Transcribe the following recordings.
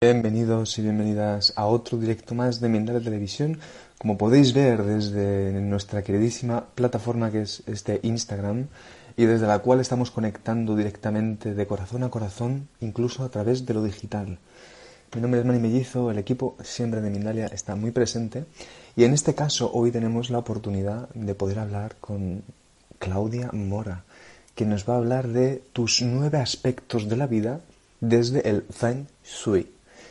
Bienvenidos y bienvenidas a otro directo más de Mindalia Televisión. Como podéis ver desde nuestra queridísima plataforma que es este Instagram y desde la cual estamos conectando directamente de corazón a corazón, incluso a través de lo digital. Mi nombre es Manny Mellizo, el equipo siempre de Mindalia está muy presente y en este caso hoy tenemos la oportunidad de poder hablar con Claudia Mora, que nos va a hablar de tus 9 aspectos de la vida desde el Feng Shui.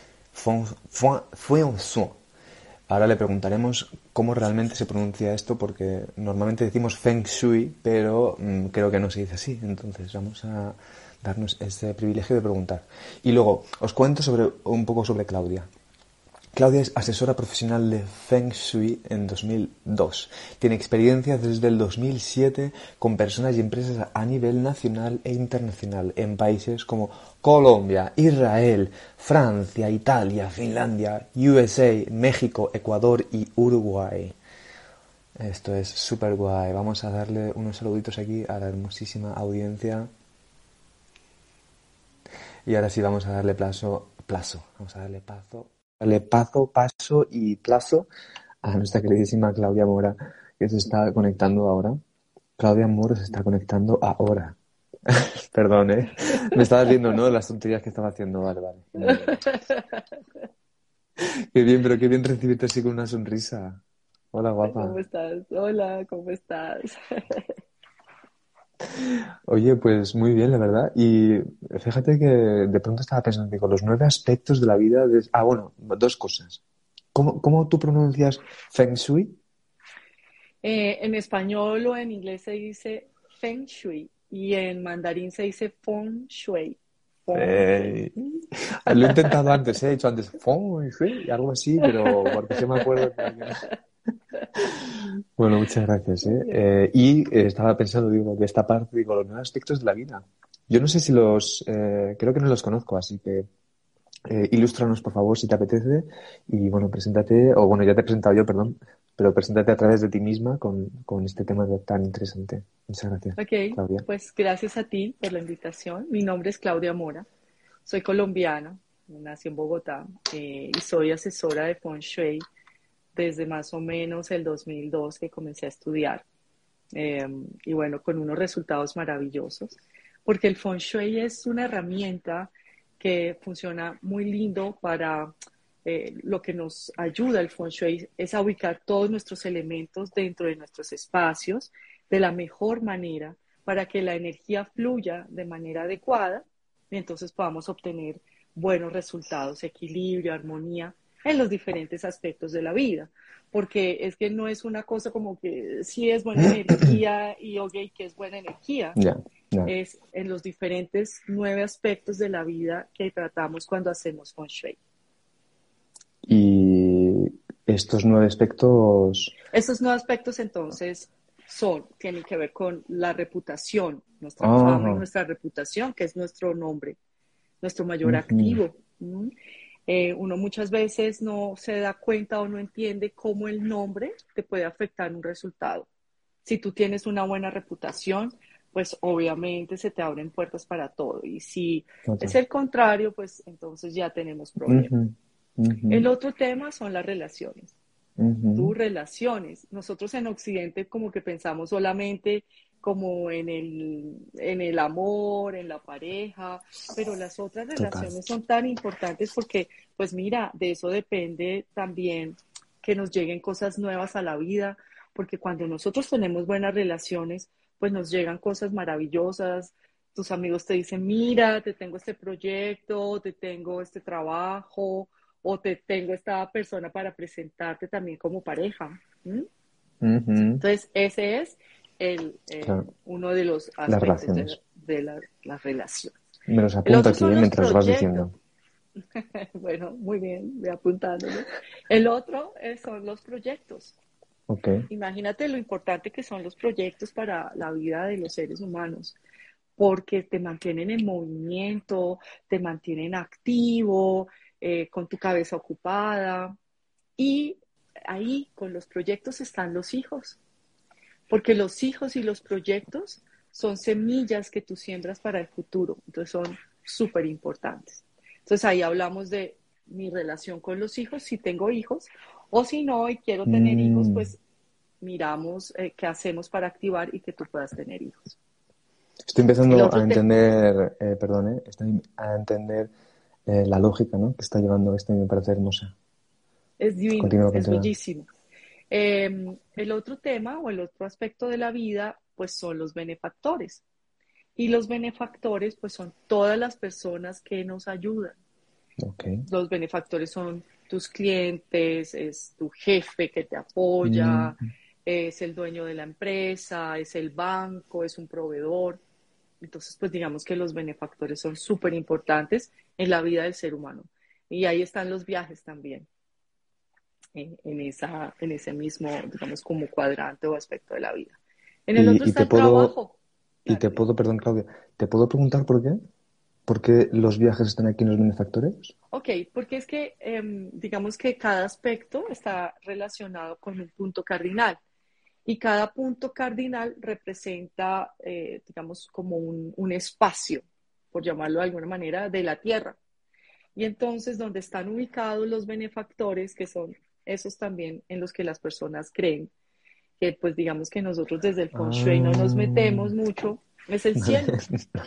Feng Shui. Ahora le preguntaremos cómo realmente se pronuncia esto, porque normalmente decimos Feng Shui, pero creo que no se dice así. Entonces vamos a darnos este privilegio de preguntar. Y luego os cuento un poco sobre Claudia. Claudia es asesora profesional de Feng Shui en 2002. Tiene experiencia desde el 2007 con personas y empresas a nivel nacional e internacional en países como Colombia, Israel, Francia, Italia, Finlandia, USA, México, Ecuador y Uruguay. Esto es súper guay. Vamos a darle unos saluditos aquí a la hermosísima audiencia. Y ahora sí vamos a darle vamos a darle paso y plazo a nuestra queridísima Claudia Mora, que se está conectando ahora. Claudia Mora se está conectando ahora. Perdón, ¿eh? Me estabas viendo, ¿no? Las tonterías que estaba haciendo. Vale, vale. Muy bien. Qué bien, pero qué bien recibirte así con una sonrisa. Hola, ¿Cómo guapa. estás? Hola, ¿cómo estás? Oye, pues muy bien, la verdad. Y fíjate que de pronto estaba pensando, digo, los 9 aspectos de la vida. bueno, dos cosas. ¿Cómo tú pronuncias Feng Shui? En español o en inglés se dice Feng Shui y en mandarín se dice Feng Shui. Feng Shui. Eh, lo he intentado antes, he dicho antes Feng Shui, algo así, pero porque sí me acuerdo que no. Bueno, muchas gracias, ¿eh? Estaba pensando, digo, de esta parte, digo, los 9 aspectos de la vida. Yo no sé si creo que no los conozco, así que ilústranos, por favor, si te apetece. Y bueno, preséntate, o bueno, ya te he presentado yo, perdón, pero preséntate a través de ti misma con este tema tan interesante. Muchas gracias, Ok, Claudia. pues gracias a ti por la invitación. Mi nombre es Claudia Mora, soy colombiana, nací en Bogotá y soy asesora de Feng Shui desde más o menos el 2002 que comencé a estudiar. eh, y bueno, con unos resultados maravillosos, porque el Feng Shui es una herramienta que funciona muy lindo para lo que nos ayuda el Feng Shui es a ubicar todos nuestros elementos dentro de nuestros espacios de la mejor manera para que la energía fluya de manera adecuada y entonces podamos obtener buenos resultados, equilibrio, armonía en los diferentes aspectos de la vida porque es que no es una cosa como que sí es buena energía y ok, que es buena energía, Ya, ya. es en los diferentes 9 aspectos de la vida que tratamos cuando hacemos Feng Shui. Y estos 9 aspectos. Estos 9 aspectos entonces tienen que ver con la reputación, nuestra fama y Ah, nuestra reputación, que es nuestro nombre, nuestro mayor ujú, activo. ¿Mm? Uno muchas veces no se da cuenta o no entiende cómo el nombre te puede afectar un resultado. Si tú tienes una buena reputación, pues obviamente se te abren puertas para todo. Y si es total. el contrario, pues entonces ya tenemos problemas. Ujú, ujú, El otro tema son las relaciones. ujú, Tus relaciones. Nosotros en Occidente como que pensamos solamente como en el amor, en la pareja, pero las otras total. relaciones son tan importantes porque, pues mira, de eso depende también que nos lleguen cosas nuevas a la vida, porque cuando nosotros tenemos buenas relaciones, pues nos llegan cosas maravillosas. Tus amigos te dicen, mira, te tengo este proyecto, te tengo este trabajo, o te tengo esta persona para presentarte también como pareja. ¿M? Ujú, Entonces, ese es claro, uno de los las aspectos relaciones. de la relación. Me los El apunto otro aquí, son los mientras vas proyectos. diciendo. Bueno, muy bien, voy apuntándolo. El otro son los proyectos. Ok, Imagínate lo importante que son los proyectos para la vida de los seres humanos, porque te mantienen en movimiento, te mantienen activo, con tu cabeza ocupada. Y ahí con los proyectos están los hijos, porque los hijos y los proyectos son semillas que tú siembras para el futuro, entonces son súper importantes. Entonces ahí hablamos de mi relación con los hijos, si tengo hijos, o si no y quiero tener hijos, pues miramos qué hacemos para activar y que tú puedas tener hijos. Estoy El empezando a otro tema entender, perdón, estoy a entender la lógica, ¿no? Que está llevando esto y me parece hermosa. es divino, Continúa, es continúa. bellísimo. El otro tema o el otro aspecto de la vida, pues son los benefactores. Y los benefactores, pues son todas las personas que nos ayudan. Ok. Los benefactores son tus clientes, es tu jefe que te apoya, Mm, es el dueño de la empresa, es el banco, es un proveedor. Entonces, pues digamos que los benefactores son súper importantes en la vida del ser humano. Y ahí están los viajes también, en ese mismo, digamos, como cuadrante o aspecto de la vida. En el otro Y está el trabajo. Claro, dime. perdón, Claudia, ¿te puedo preguntar por qué? ¿Por qué los viajes están aquí en los benefactores? Ok, porque es que digamos que cada aspecto está relacionado con un punto cardinal y cada punto cardinal representa, digamos, como un espacio, por llamarlo de alguna manera, de la Tierra. Y entonces, donde están ubicados los benefactores, que son esos también en los que las personas creen, que pues digamos que nosotros desde el Feng Shui no nos metemos Ah, mucho, es el cielo.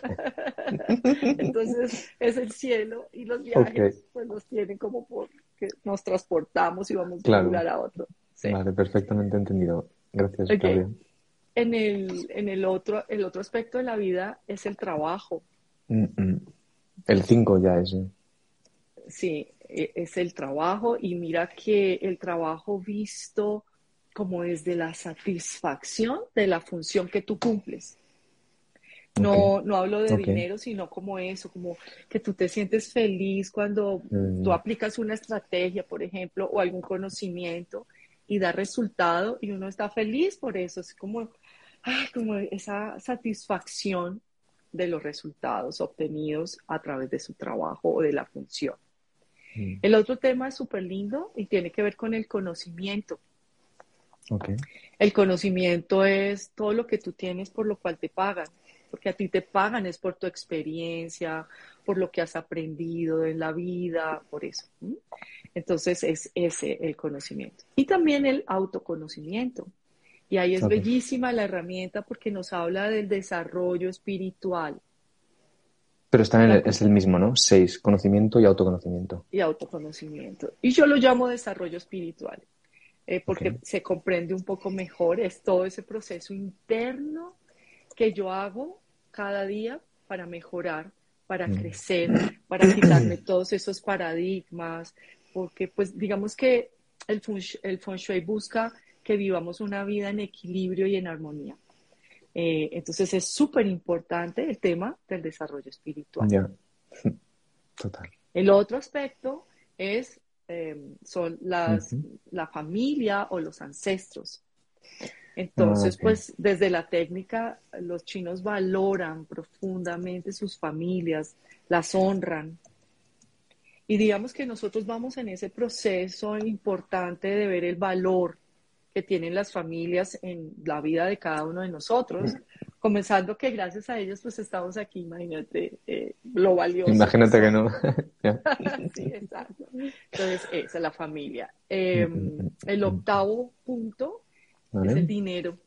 Entonces es el cielo y los ok, viajes pues los tienen como por que nos transportamos y vamos de un claro. lugar a otro. Sí. Vale, perfectamente entendido. Gracias, Ok. Claudia. El otro aspecto de la vida es el trabajo. Mm, mm. El 5 ya es. Sí, es el trabajo y mira que el trabajo visto como desde la satisfacción de la función que tú cumples. Ok, No, no hablo de ok. dinero, sino como eso, como que tú te sientes feliz cuando tú Mm, aplicas una estrategia, por ejemplo, o algún conocimiento y da resultado y uno está feliz por eso. Es como, como esa satisfacción de los resultados obtenidos a través de su trabajo o de la función. mm. El otro tema es súper lindo y tiene que ver con el conocimiento. Ok, El conocimiento es todo lo que tú tienes por lo cual te pagan, porque a ti te pagan es por tu experiencia, por lo que has aprendido en la vida, por eso. ¿Sí? Entonces es ese el conocimiento. Y también el autoconocimiento. Y ahí es ok. bellísima la herramienta porque nos habla del desarrollo espiritual Pero están la, es el mismo, ¿no? 6, conocimiento y autoconocimiento. y autoconocimiento. Y yo lo llamo desarrollo espiritual. Ok. Porque se comprende un poco mejor, es todo ese proceso interno que yo hago cada día para mejorar, para Mm. crecer, para quitarme todos esos paradigmas, porque pues digamos que el Feng Shui busca que vivamos una vida en equilibrio y en armonía. Entonces es súper importante el tema del desarrollo espiritual. Ya, total. El otro aspecto son Ujú. la familia o los ancestros. Ah, Entonces, ok. pues desde la técnica, los chinos valoran profundamente sus familias, las honran. Y digamos que nosotros vamos en ese proceso importante de ver el valor que tienen las familias en la vida de cada uno de nosotros, comenzando que gracias a ellos pues estamos aquí, imagínate lo valioso que Imagínate que son. no. Ya. Sí, exacto. Entonces, esa es la familia. El Mm. octavo punto es el Vale. dinero.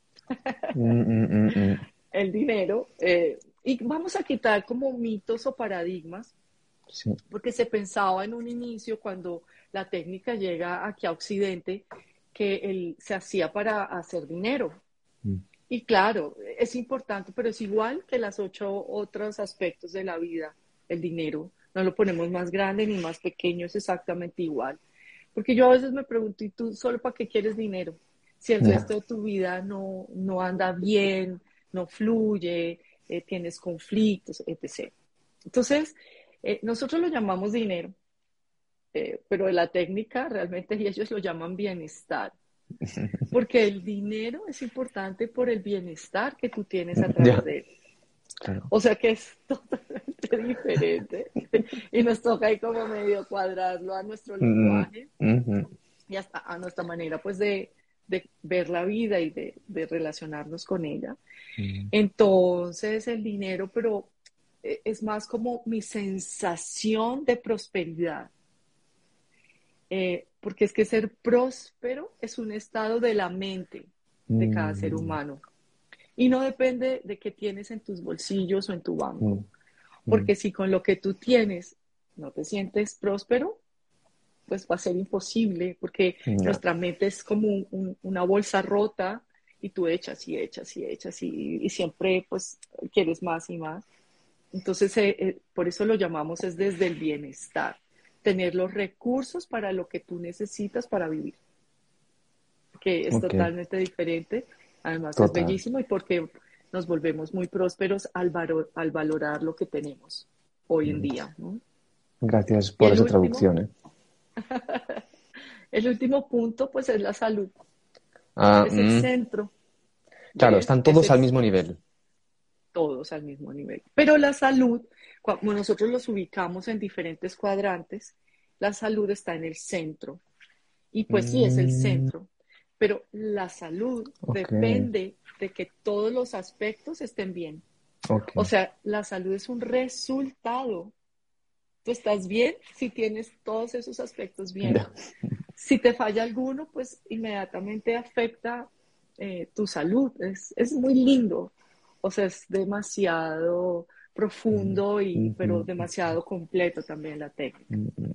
Mm. El dinero. Y vamos a quitar como mitos o paradigmas, Sí. porque se pensaba en un inicio, cuando la técnica llega aquí a Occidente, que se hacía para hacer dinero. Mm. Y claro, es importante, pero es igual que las 8 otros aspectos de la vida, el dinero. No lo ponemos más grande ni más pequeño, es exactamente igual. Porque yo a veces me pregunto, ¿y tú solo para qué quieres dinero? Si el Ya. resto de tu vida no anda bien, no fluye, tienes conflictos, etc. Entonces, nosotros lo llamamos dinero, pero la técnica realmente ellos lo llaman bienestar, porque el dinero es importante por el bienestar que tú tienes a través Ya. de él. Claro. O sea que es totalmente diferente y nos toca ahí como medio cuadrarlo a nuestro Mm, lenguaje mm, y hasta a nuestra manera pues de ver la vida y de relacionarnos con ella. mm. Entonces el dinero, pero es más como mi sensación de prosperidad. porque es que ser próspero es un estado de la mente de cada ser Mm, humano y no depende de qué tienes en tus bolsillos o en tu banco, mm, mm. porque si con lo que tú tienes no te sientes próspero, pues va a ser imposible, porque Ya, nuestra mente es como una bolsa rota y tú echas y echas y echas y siempre pues quieres más y más. Entonces, por eso lo llamamos es desde el bienestar, tener los recursos para lo que tú necesitas para vivir, que es ok, totalmente diferente, además es total. bellísimo y porque nos volvemos muy prósperos al valorar lo que tenemos hoy en Mm. día, ¿no? Gracias Y por esa traducción, ¿eh? el último punto, pues es la salud, Ah, es el centro, claro, ¿ves? están todos al mismo nivel. Todos al mismo nivel. Pero la salud, como nosotros los ubicamos en diferentes cuadrantes, la salud está en el centro. Y pues sí, es el Mm, centro. Pero la salud ok, depende de que todos los aspectos estén bien. ok. O sea, la salud es un resultado. Tú estás bien si tienes todos esos aspectos bien. Ya. Si te falla alguno, pues inmediatamente afecta tu salud. Es muy lindo. O sea, es demasiado Mm, profundo pero ujú, demasiado completo también la técnica.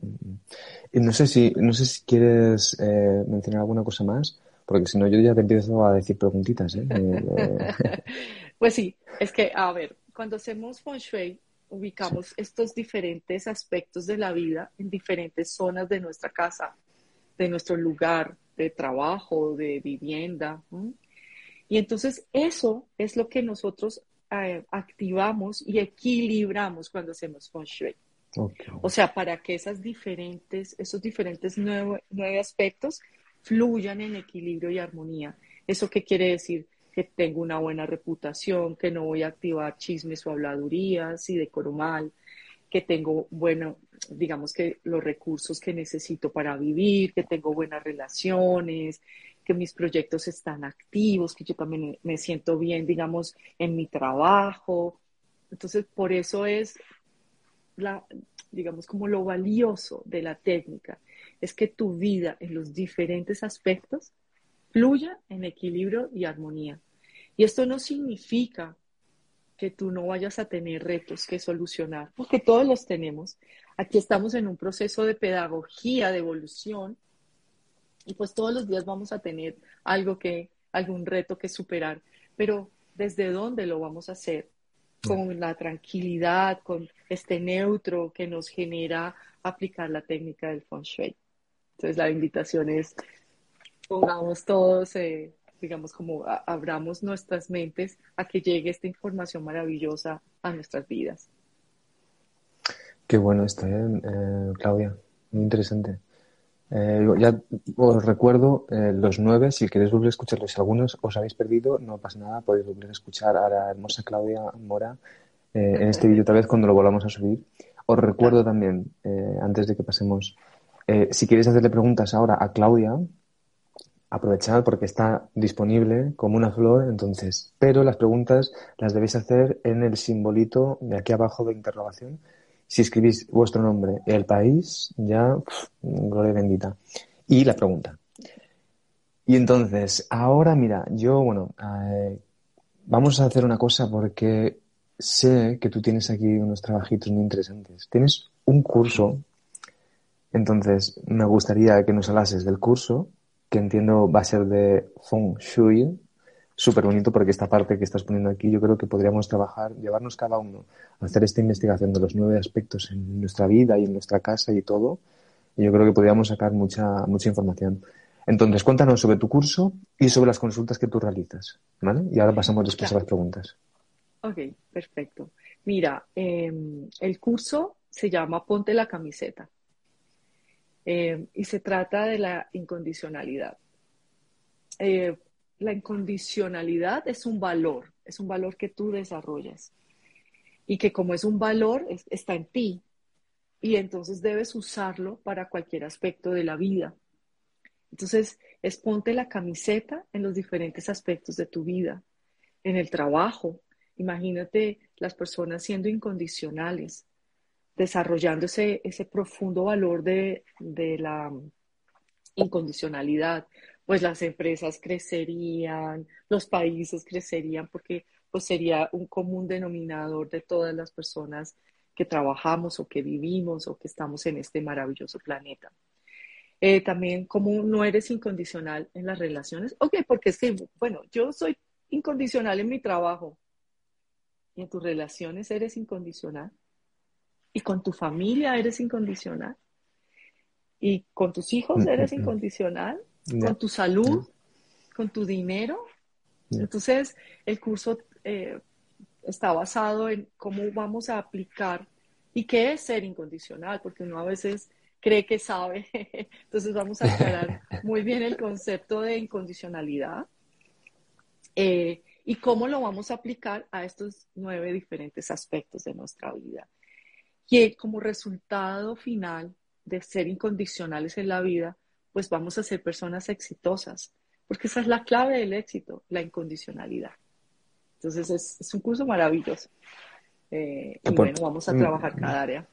Y no sé si quieres mencionar alguna cosa más, porque si no yo ya te empiezo a decir preguntitas, ¿eh? Pues sí, es que, a ver, cuando hacemos Feng Shui, ubicamos estos diferentes aspectos de la vida en diferentes zonas de nuestra casa, de nuestro lugar de trabajo, de vivienda. ¿M? Y entonces eso es lo que nosotros activamos y equilibramos cuando hacemos Feng Shui. Ok. O sea, para que esos diferentes nueve aspectos fluyan en equilibrio y armonía. ¿Eso qué quiere decir? Que tengo una buena reputación, que no voy a activar chismes o habladurías y decoro mal, que tengo, bueno, digamos que los recursos que necesito para vivir, que tengo buenas relaciones, que mis proyectos están activos, que yo también me siento bien, digamos, en mi trabajo. Entonces, por eso es la, digamos, como lo valioso de la técnica, es que tu vida en los diferentes aspectos fluya en equilibrio y armonía. Y esto no significa que tú no vayas a tener retos que solucionar, porque todos los tenemos. Aquí estamos en un proceso de pedagogía, de evolución, y pues todos los días vamos a tener algún reto que superar, pero ¿desde dónde lo vamos a hacer? Con la tranquilidad, con este neutro que nos genera aplicar la técnica del Feng Shui. Entonces la invitación es, pongamos todos, digamos, como abramos nuestras mentes a que llegue esta información maravillosa a nuestras vidas. Qué bueno esto, Claudia. Muy interesante. Ya os recuerdo los 9, si queréis volver a escucharlos, si algunos os habéis perdido, no pasa nada, podéis volver a escuchar a la hermosa Claudia Mora en este vídeo otra vez cuando lo volvamos a subir. Os recuerdo Claro. también, antes de que pasemos, si queréis hacerle preguntas ahora a Claudia, aprovechad porque está disponible como una flor, entonces, pero las preguntas las debéis hacer en el simbolito de aquí abajo de interrogación. Si escribís vuestro nombre, el país, ya, gloria bendita. Y la pregunta. Y entonces, ahora mira, yo, bueno, vamos a hacer una cosa porque sé que tú tienes aquí unos trabajitos muy interesantes. Tienes un curso, entonces me gustaría que nos hablases del curso, que entiendo va a ser de Feng Shui, súper bonito porque esta parte que estás poniendo aquí yo creo que podríamos trabajar, llevarnos cada uno a hacer esta investigación de los 9 aspectos en nuestra vida y en nuestra casa y todo. Y yo creo que podríamos sacar mucha información. Entonces, cuéntanos sobre tu curso y sobre las consultas que tú realizas, ¿vale? Y ahora pasamos después a Claro. las preguntas. Ok, perfecto. Mira, el curso se llama Ponte la camiseta y se trata de la incondicionalidad. Eh, la incondicionalidad es un valor que tú desarrollas y que como es un valor, está en ti y entonces debes usarlo para cualquier aspecto de la vida. Entonces, es ponte la camiseta en los diferentes aspectos de tu vida, en el trabajo. Imagínate las personas siendo incondicionales, desarrollando ese profundo valor de la incondicionalidad, pues las empresas crecerían, los países crecerían, porque pues sería un común denominador de todas las personas que trabajamos o que vivimos o que estamos en este maravilloso planeta. También, como no eres incondicional en las relaciones, ok, porque es que, bueno, yo soy incondicional en mi trabajo y en tus relaciones eres incondicional y con tu familia eres incondicional y con tus hijos eres incondicional, Ya, con tu salud, con tu dinero. ya. Entonces, el curso está basado en cómo vamos a aplicar y qué es ser incondicional, porque uno a veces cree que sabe. Entonces, vamos a aclarar muy bien el concepto de incondicionalidad y cómo lo vamos a aplicar a estos 9 diferentes aspectos de nuestra vida. Y como resultado final de ser incondicionales en la vida, pues vamos a ser personas exitosas, porque esa es la clave del éxito, la incondicionalidad. Entonces es un curso maravilloso. Que Y por- bueno, vamos a trabajar mm, cada área.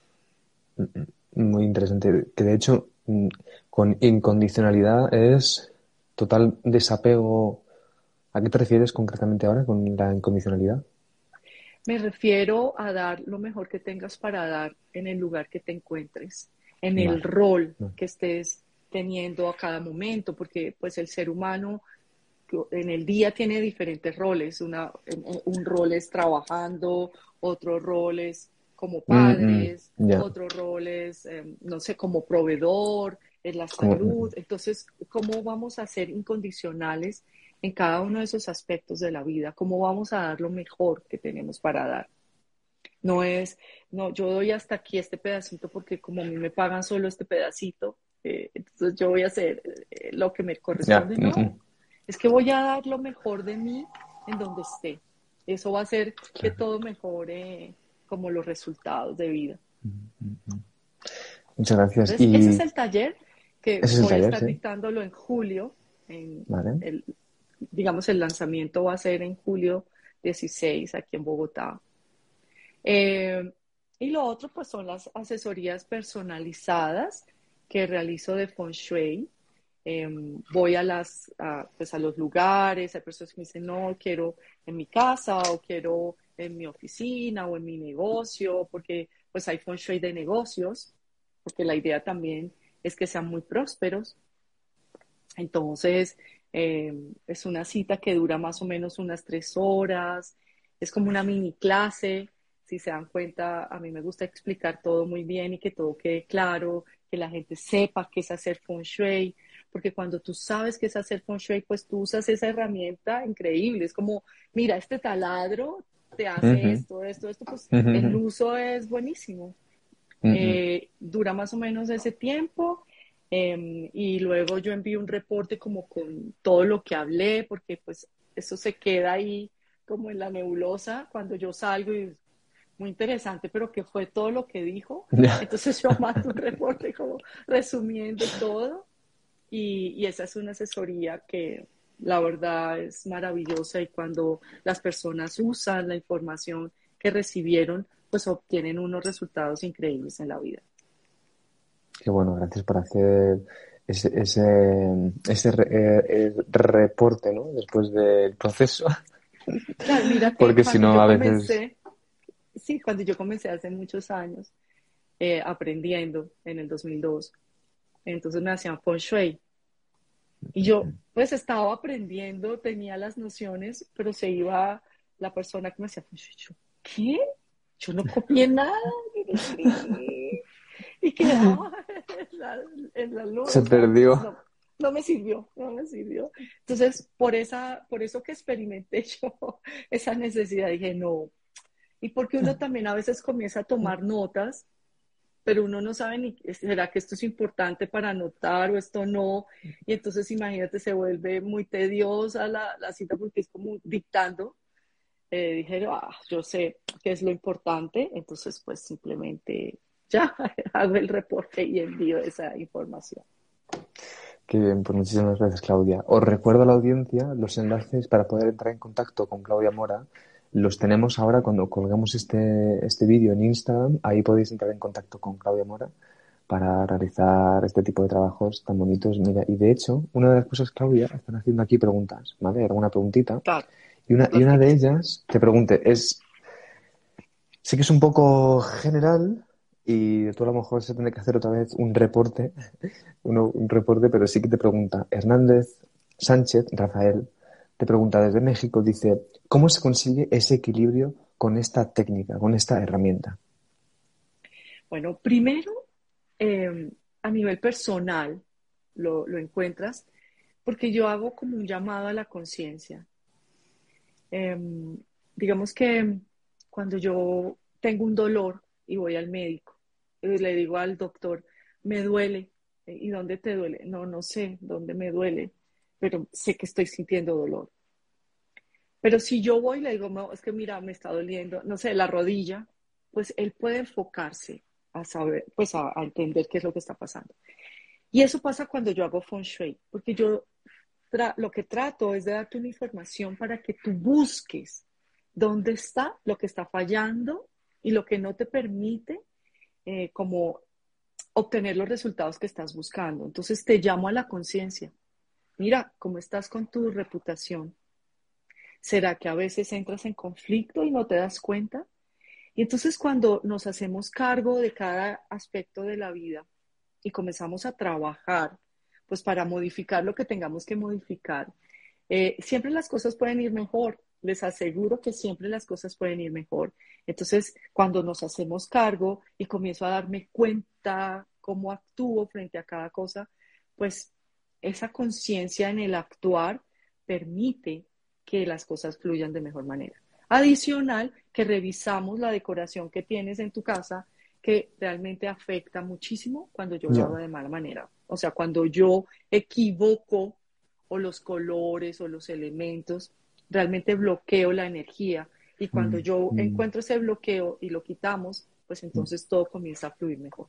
Muy interesante. Que de hecho, con incondicionalidad es total desapego. ¿A qué te refieres concretamente ahora con la incondicionalidad? Me refiero a dar lo mejor que tengas para dar en el lugar que te encuentres, en el Vale. rol No. que estés teniendo a cada momento, porque pues el ser humano en el día tiene diferentes roles. Un rol es trabajando, otro rol es como padres, Ya. otro rol es, no sé, como proveedor, es la Como, salud. Entonces, ¿cómo vamos a ser incondicionales en cada uno de esos aspectos de la vida? ¿Cómo vamos a dar lo mejor que tenemos para dar? No es, no, yo doy hasta aquí este pedacito porque como a mí me pagan solo este pedacito, entonces yo voy a hacer lo que me ya. corresponde. No, es que voy a dar lo mejor de mí en donde esté. Eso va a hacer que Claro. todo mejore como los resultados de vida. Muchas gracias. Entonces, ese es Y el taller que ese es el voy a taller, estar sí. dictándolo en julio. En Vale. el, digamos, el lanzamiento va a ser en julio 16 aquí en Bogotá. Eh, y lo otro, pues, son las asesorías personalizadas que realizo de Feng Shui. Voy pues a los lugares, hay personas que me dicen, no, quiero en mi casa o quiero en mi oficina o en mi negocio, porque pues hay Feng Shui de negocios, porque la idea también es que sean muy prósperos. Entonces, es una cita que dura más o menos unas 3 horas, es como una mini clase. Si se dan cuenta, a mí me gusta explicar todo muy bien y que todo quede claro, que la gente sepa qué es hacer Feng Shui, porque cuando tú sabes qué es hacer Feng Shui, pues tú usas esa herramienta increíble. Es como, mira, este taladro te hace Ujú, esto, pues el ujú, uso es buenísimo. ujú. Dura más o menos ese tiempo y luego yo envío un reporte como con todo lo que hablé, porque pues eso se queda ahí como en la nebulosa cuando yo salgo y es muy interesante, pero ¿qué fue todo lo que dijo? Ya. Entonces yo mando un reporte como resumiendo todo y esa es una asesoría que la verdad es maravillosa y cuando las personas usan la información que recibieron, pues obtienen unos resultados increíbles en la vida. Qué bueno, gracias por hacer ese reporte, ¿no? Después del proceso. Claro, mira que Porque si cuando no, yo a veces. comencé, sí, cuando yo comencé hace muchos años aprendiendo en el 2002, entonces me hacían feng shui y yo pues estaba aprendiendo, tenía las nociones, pero se iba la persona que me hacía feng shui. Yo, ¿qué? Yo no copié nada, yo no escribí y quedaba en la nube, Se o sea, perdió. no, no me sirvió, no me sirvió. Entonces, por eso que experimenté yo esa necesidad, dije, no, y porque uno también a veces comienza a tomar notas, pero uno no sabe ni, ¿será que esto es importante para anotar o esto no? Y entonces imagínate, se vuelve muy tediosa la cita porque es como dictando. Dije, yo sé qué es lo importante, entonces pues simplemente ya hago el reporte y envío esa información. Qué bien, pues muchísimas gracias, Claudia. Os recuerdo a la audiencia los enlaces para poder entrar en contacto con Claudia Mora. Los tenemos ahora cuando colgamos este vídeo en Instagram. Ahí podéis entrar en contacto con Claudia Mora para realizar este tipo de trabajos tan bonitos. Mira, y de hecho, una de las cosas, Claudia, están haciendo aquí preguntas, ¿vale? Alguna preguntita. Claro, Y las una que de quieras. ellas, te pregunte, sé que es un poco general y tú a lo mejor se tendrá que hacer otra vez un reporte, un reporte, pero sí que te pregunta, Hernández Sánchez, Rafael, te pregunta desde México, dice, ¿cómo se consigue ese equilibrio con esta técnica, con esta herramienta? Bueno, primero, eh, a nivel personal, lo encuentras porque yo hago como un llamado a la conciencia. Em, digamos que cuando yo tengo un dolor y voy al médico, le digo al doctor, me duele. ¿Y dónde te duele? No, no sé dónde me duele, pero sé que estoy sintiendo dolor. Pero si yo voy y le digo, no, es que mira, me está doliendo, no sé, la rodilla, pues él puede enfocarse a saber, pues a entender qué es lo que está pasando. Y eso pasa cuando yo hago feng shui, porque yo lo que trato es de darte una información para que tú busques dónde está lo que está fallando y lo que no te permite como obtener los resultados que estás buscando. Entonces te llamo a la conciencia. Mira, ¿cómo estás con tu reputación? ¿Será que a veces entras en conflicto y no te das cuenta? Y entonces cuando nos hacemos cargo de cada aspecto de la vida y comenzamos a trabajar, pues para modificar lo que tengamos que modificar, siempre las cosas pueden ir mejor. Les aseguro que siempre las cosas pueden ir mejor. Entonces, cuando nos hacemos cargo y comienzo a darme cuenta cómo actúo frente a cada cosa, pues esa conciencia en el actuar permite que las cosas fluyan de mejor manera. Adicional, que revisamos la decoración que tienes en tu casa, que realmente afecta muchísimo cuando yo lo hago Ya. de mala manera. O sea, cuando yo equivoco o los colores o los elementos, realmente bloqueo la energía. Y cuando Mm, yo mm, encuentro ese bloqueo y lo quitamos, pues mm. entonces todo comienza a fluir mejor.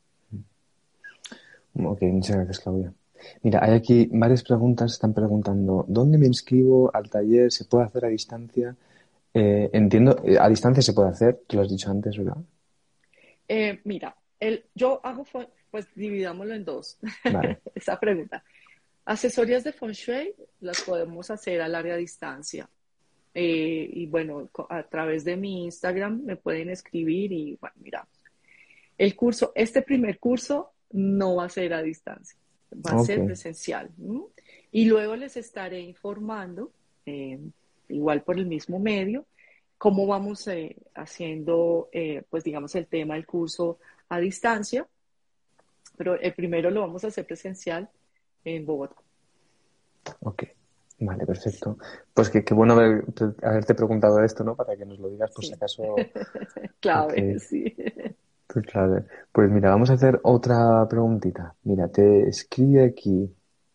Ok, muchas gracias, Claudia. Mira, hay aquí varias preguntas. Están preguntando, ¿dónde me inscribo al taller? ¿Se puede hacer a distancia? Entiendo, a distancia se puede hacer, tú lo has dicho antes, ¿verdad? Mira, yo hago, pues dividámoslo en dos, Vale, esa pregunta. Asesorías de Feng Shui las podemos hacer a larga distancia. Y bueno, a través de mi Instagram me pueden escribir y bueno, mira, el curso, este primer curso no va a ser a distancia, va a ok. ser presencial. ¿M? Y luego les estaré informando, eh, igual por el mismo medio, cómo vamos haciendo, pues digamos, el tema del curso a distancia, pero el primero lo vamos a hacer presencial en Bogotá. Ok, vale, perfecto. Pues qué bueno haberte preguntado esto, ¿no? Para que nos lo digas por si Sí, acaso. Ok, clave, sí. pues claro. Pues mira, vamos a hacer otra preguntita. Mira, te escribe aquí.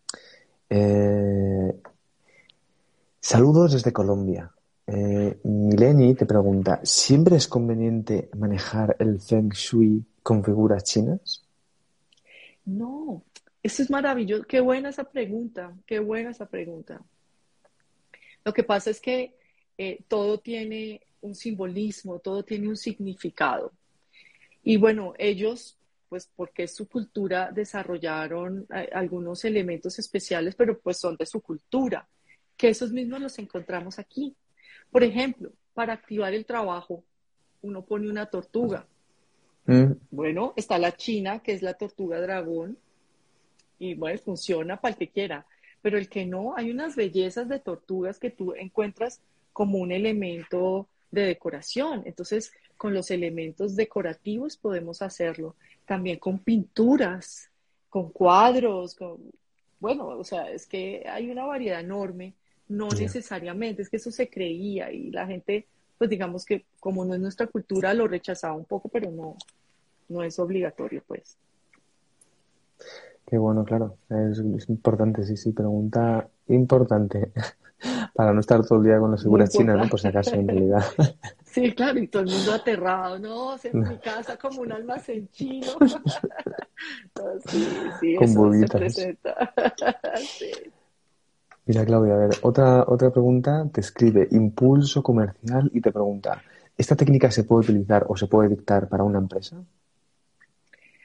eh, Saludos desde Colombia. Mileni te pregunta, ¿siempre es conveniente manejar el Feng Shui con figuras chinas? No, eso es maravilloso. Qué buena esa pregunta, qué buena esa pregunta. Lo que pasa es que todo tiene un simbolismo, todo tiene un significado. Y bueno, ellos, pues porque es su cultura, desarrollaron algunos elementos especiales, pero pues son de su cultura, que esos mismos los encontramos aquí. Por ejemplo, para activar el trabajo, uno pone una tortuga. Mm, Bueno, está la china, que es la tortuga dragón, y bueno, funciona para el que quiera, pero el que no, hay unas bellezas de tortugas que tú encuentras como un elemento de decoración. Entonces, con los elementos decorativos podemos hacerlo. También con pinturas, con cuadros, bueno, o sea, es que hay una variedad enorme. No ya. necesariamente, es que eso se creía y la gente, pues digamos que como no es nuestra cultura, lo rechazaba un poco, pero no, no es obligatorio, pues. Qué bueno, claro. Es importante, sí, sí. Pregunta importante. Para no estar todo el día con las Muy figuras chinas, ¿no? importante. Por si acaso, en realidad. Sí, claro, y todo el mundo aterrado, no, mi casa como un almacén chino. No, sí, sí, Con eso se bobitas. presenta. Sí. Mira, Claudia, a ver, otra pregunta. Te escribe Impulso Comercial y te pregunta, ¿esta técnica se puede utilizar o se puede dictar para una empresa?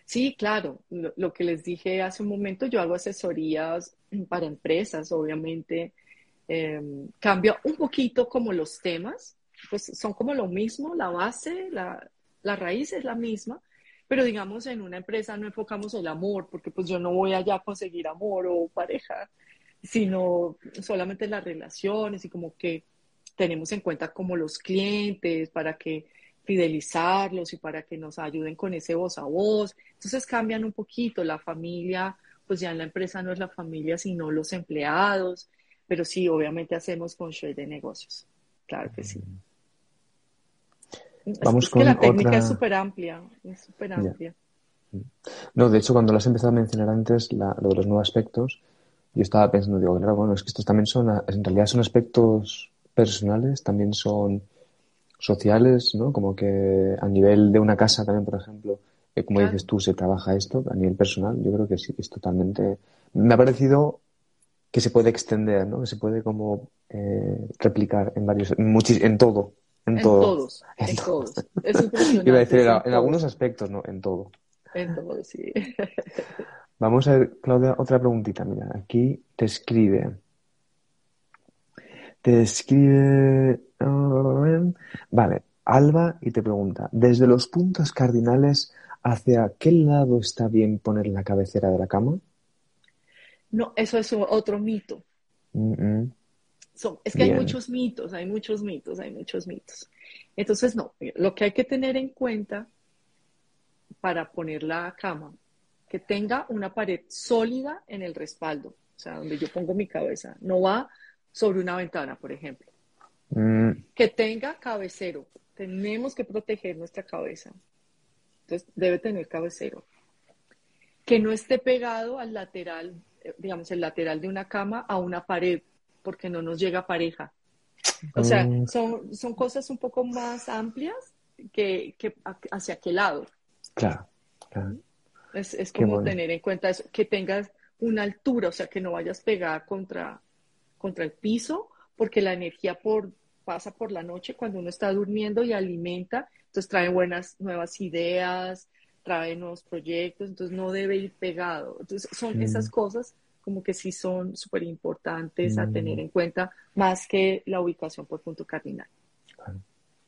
Sí, claro. Lo que les dije hace un momento, yo hago asesorías para empresas, obviamente. Cambia un poquito como los temas, pues son como lo mismo, la base, la raíz es la misma, pero digamos en una empresa no enfocamos el amor, porque pues yo no voy allá a conseguir amor o pareja, sino solamente las relaciones y como que tenemos en cuenta como los clientes para que fidelizarlos y para que nos ayuden con ese voz a voz. Entonces cambian un poquito la familia, pues ya en la empresa no es la familia, sino los empleados, pero sí, obviamente hacemos feng shui de negocios. Claro que sí. Vamos Es que con la técnica otra. es súper Ya. amplia. No, de hecho, cuando lo has empezado a mencionar antes, lo de los nuevos aspectos, yo estaba pensando, digo, claro, bueno, es que estos también son, en realidad son aspectos personales, también son sociales, ¿no? Como que a nivel de una casa también, por ejemplo, como dices Claro, tú, se trabaja esto a nivel personal. Yo creo que sí, que es totalmente. Me ha parecido que se puede extender, ¿no? Que se puede como replicar en varios, en todo, en en todo, todos, en en todo. todos. Es Iba a impresionante, decir es en en algunos todo, aspectos, no, en todo. en todo, sí. Vamos a ver, Claudia, otra preguntita. Mira, aquí te escribe, vale, Alba, y te pregunta, desde los puntos cardinales, ¿hacia qué lado está bien poner la cabecera de la cama? No, eso es otro mito. Mm, mm, Es que hay bien, muchos mitos, hay muchos mitos, hay muchos mitos. Entonces, no, lo que hay que tener en cuenta para poner la cama, que tenga una pared sólida en el respaldo, o sea, donde yo pongo mi cabeza, no va sobre una ventana, por ejemplo. mm, Que tenga cabecero, tenemos que proteger nuestra cabeza, entonces debe tener cabecero. Que no esté pegado al lateral, digamos, el lateral de una cama a una pared, porque no nos llega pareja. O sea, mm, son cosas un poco más amplias que hacia qué lado. claro, claro, Es qué como bueno. tener en cuenta eso, que tengas una altura, o sea, que no vayas pegada contra el piso, porque la energía pasa por la noche cuando uno está durmiendo y alimenta, entonces trae buenas nuevas ideas, trae nuevos proyectos, entonces no debe ir pegado. Entonces son esas Mm, cosas como que sí son súper importantes a tener mm, en cuenta, más que la ubicación por punto cardinal. claro.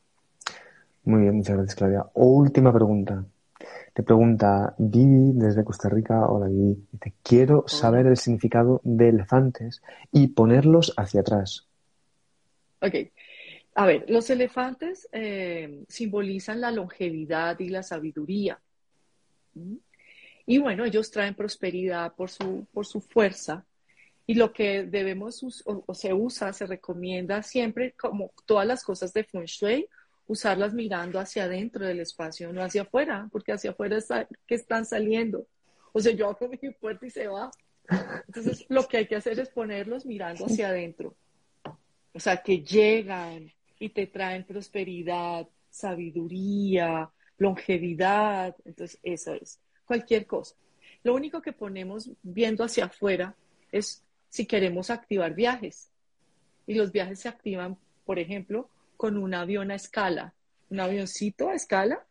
Muy bien, muchas gracias, Claudia. Última pregunta. Te pregunta Vivi desde Costa Rica. Hola, Vivi. Dice, quiero saber Hola. el significado de elefantes y ponerlos hacia atrás. Ok, a ver, los elefantes simbolizan la longevidad y la sabiduría. ¿Mm? Y bueno, ellos traen prosperidad por su fuerza. Y lo que debemos, o se usa, se recomienda siempre, como todas las cosas de Feng Shui, usarlas mirando hacia adentro del espacio, no hacia afuera, porque hacia afuera está que están saliendo. O sea, yo abro mi puerta y se va. Entonces, lo que hay que hacer es ponerlos mirando hacia adentro. O sea, que llegan y te traen prosperidad, sabiduría, longevidad. Entonces, eso es. Cualquier cosa. Lo único que ponemos viendo hacia afuera es si queremos activar viajes. Y los viajes se activan, por ejemplo, con un avión a escala, un avioncito a escala.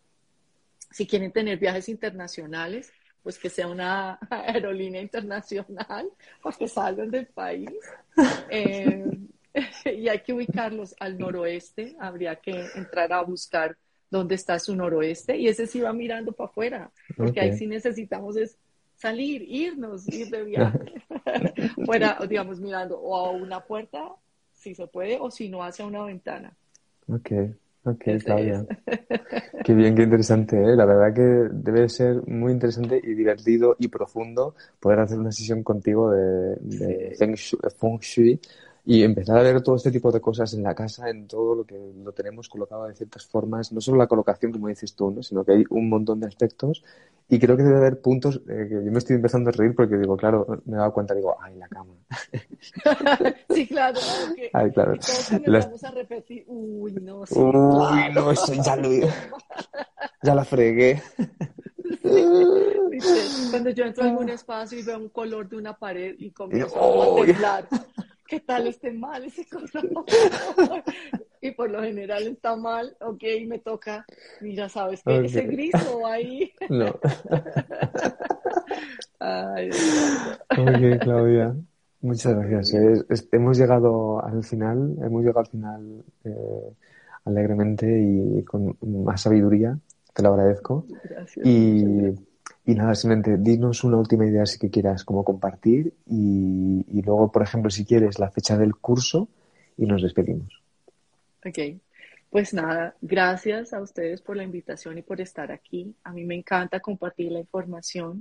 Si quieren tener viajes internacionales, pues que sea una aerolínea internacional, porque salgan del país. Eh, y hay que ubicarlos al noroeste, habría que entrar a buscar dónde está su noroeste y ese sí va mirando para afuera, porque Ok. ahí sí necesitamos es salir, irnos, ir de viaje, fuera, digamos, mirando o a una puerta, si se puede, o si no, hacia una ventana. Ok, ok, Ese es. Claudia. Qué bien, qué interesante, ¿eh? La verdad que debe ser muy interesante y divertido y profundo poder hacer una sesión contigo de Sí. Feng Shui y empezar a ver todo este tipo de cosas en la casa, en todo lo que lo tenemos colocado de ciertas formas, no solo la colocación, como dices tú, ¿no? Sino que hay un montón de aspectos y creo que debe haber puntos que yo me estoy empezando a reír porque digo, claro, me he dado cuenta, digo, ay, la cama. Sí, claro, Ay, claro. y todos Las- comenzamos a repetir, uy, no, sí, Uy, claro. no, eso ya la fregué. Sí, ¿viste? Cuando yo entro a algún espacio y veo un color de una pared y Y, comienzo a ¡uy! temblar, ¿qué tal esté mal ese color? y por lo general está mal, ok, me toca, mira, ¿sabes qué? Ok. Ese gris no va ahí. No. Ay, Eduardo. Ok, Claudia. Muchas Muy gracias. bien. Hemos llegado al final alegremente y con más sabiduría. Te lo agradezco. Gracias, muchas Y, gracias. y nada, simplemente dinos una última idea si que quieras como compartir y luego, por ejemplo, si quieres, la fecha del curso y nos despedimos. Ok, pues nada, gracias a ustedes por la invitación y por estar aquí. A mí me encanta compartir la información.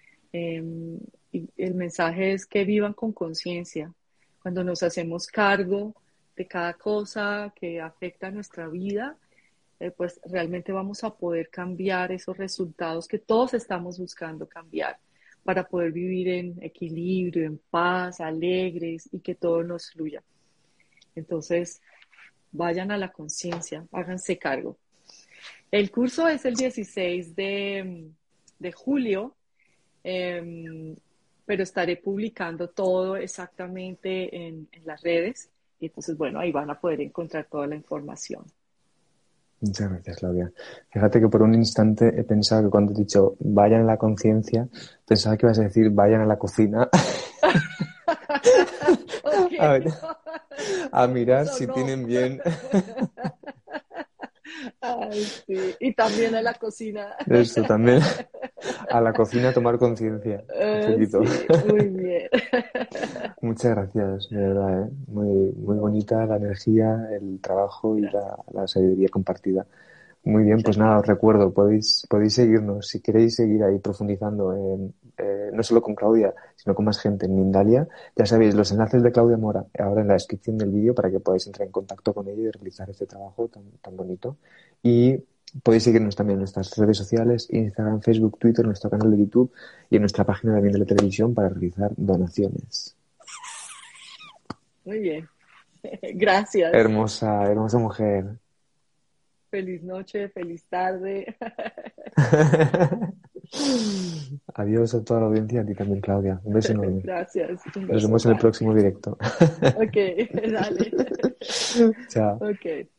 Y el mensaje es que vivan con conciencia. Cuando nos hacemos cargo de cada cosa que afecta a nuestra vida, pues realmente vamos a poder cambiar esos resultados que todos estamos buscando cambiar para poder vivir en equilibrio, en paz, alegres y que todo nos fluya. Entonces, vayan a la conciencia, háganse cargo. El curso es el 16 de julio, eh, pero estaré publicando todo exactamente en las redes. Y entonces, bueno, ahí van a poder encontrar toda la información. Muchas gracias, Claudia. Fíjate que por un instante he pensado que cuando he dicho vayan a la conciencia, pensaba que ibas a decir vayan a la cocina Ok, a, a me mirar si sonó. tienen bien Ay, sí. Y también en la cocina. esto también. A la cocina a tomar conciencia, un poquito. Sí, muy bien. Muchas gracias, de verdad, ¿eh? Muy, muy No, bonita la energía, el trabajo y gracias. la sabiduría compartida. Muy bien, pues Muchas nada, os gracias. recuerdo, podéis seguirnos si queréis seguir ahí profundizando no solo con Claudia, sino con más gente en Mindalia. Ya sabéis, los enlaces de Claudia Mora ahora en la descripción del vídeo para que podáis entrar en contacto con ella y realizar este trabajo tan bonito. Y podéis seguirnos también en nuestras redes sociales, Instagram, Facebook, Twitter, nuestro canal de YouTube y en nuestra página también de la televisión para realizar donaciones. Muy bien. Gracias. Hermosa, hermosa mujer. Feliz noche, feliz tarde. Adiós a toda la audiencia, a ti también, Claudia. Un beso enorme. Gracias. Un Nos beso. vemos en el Bye. próximo directo. Ok, dale. Chao. Ok.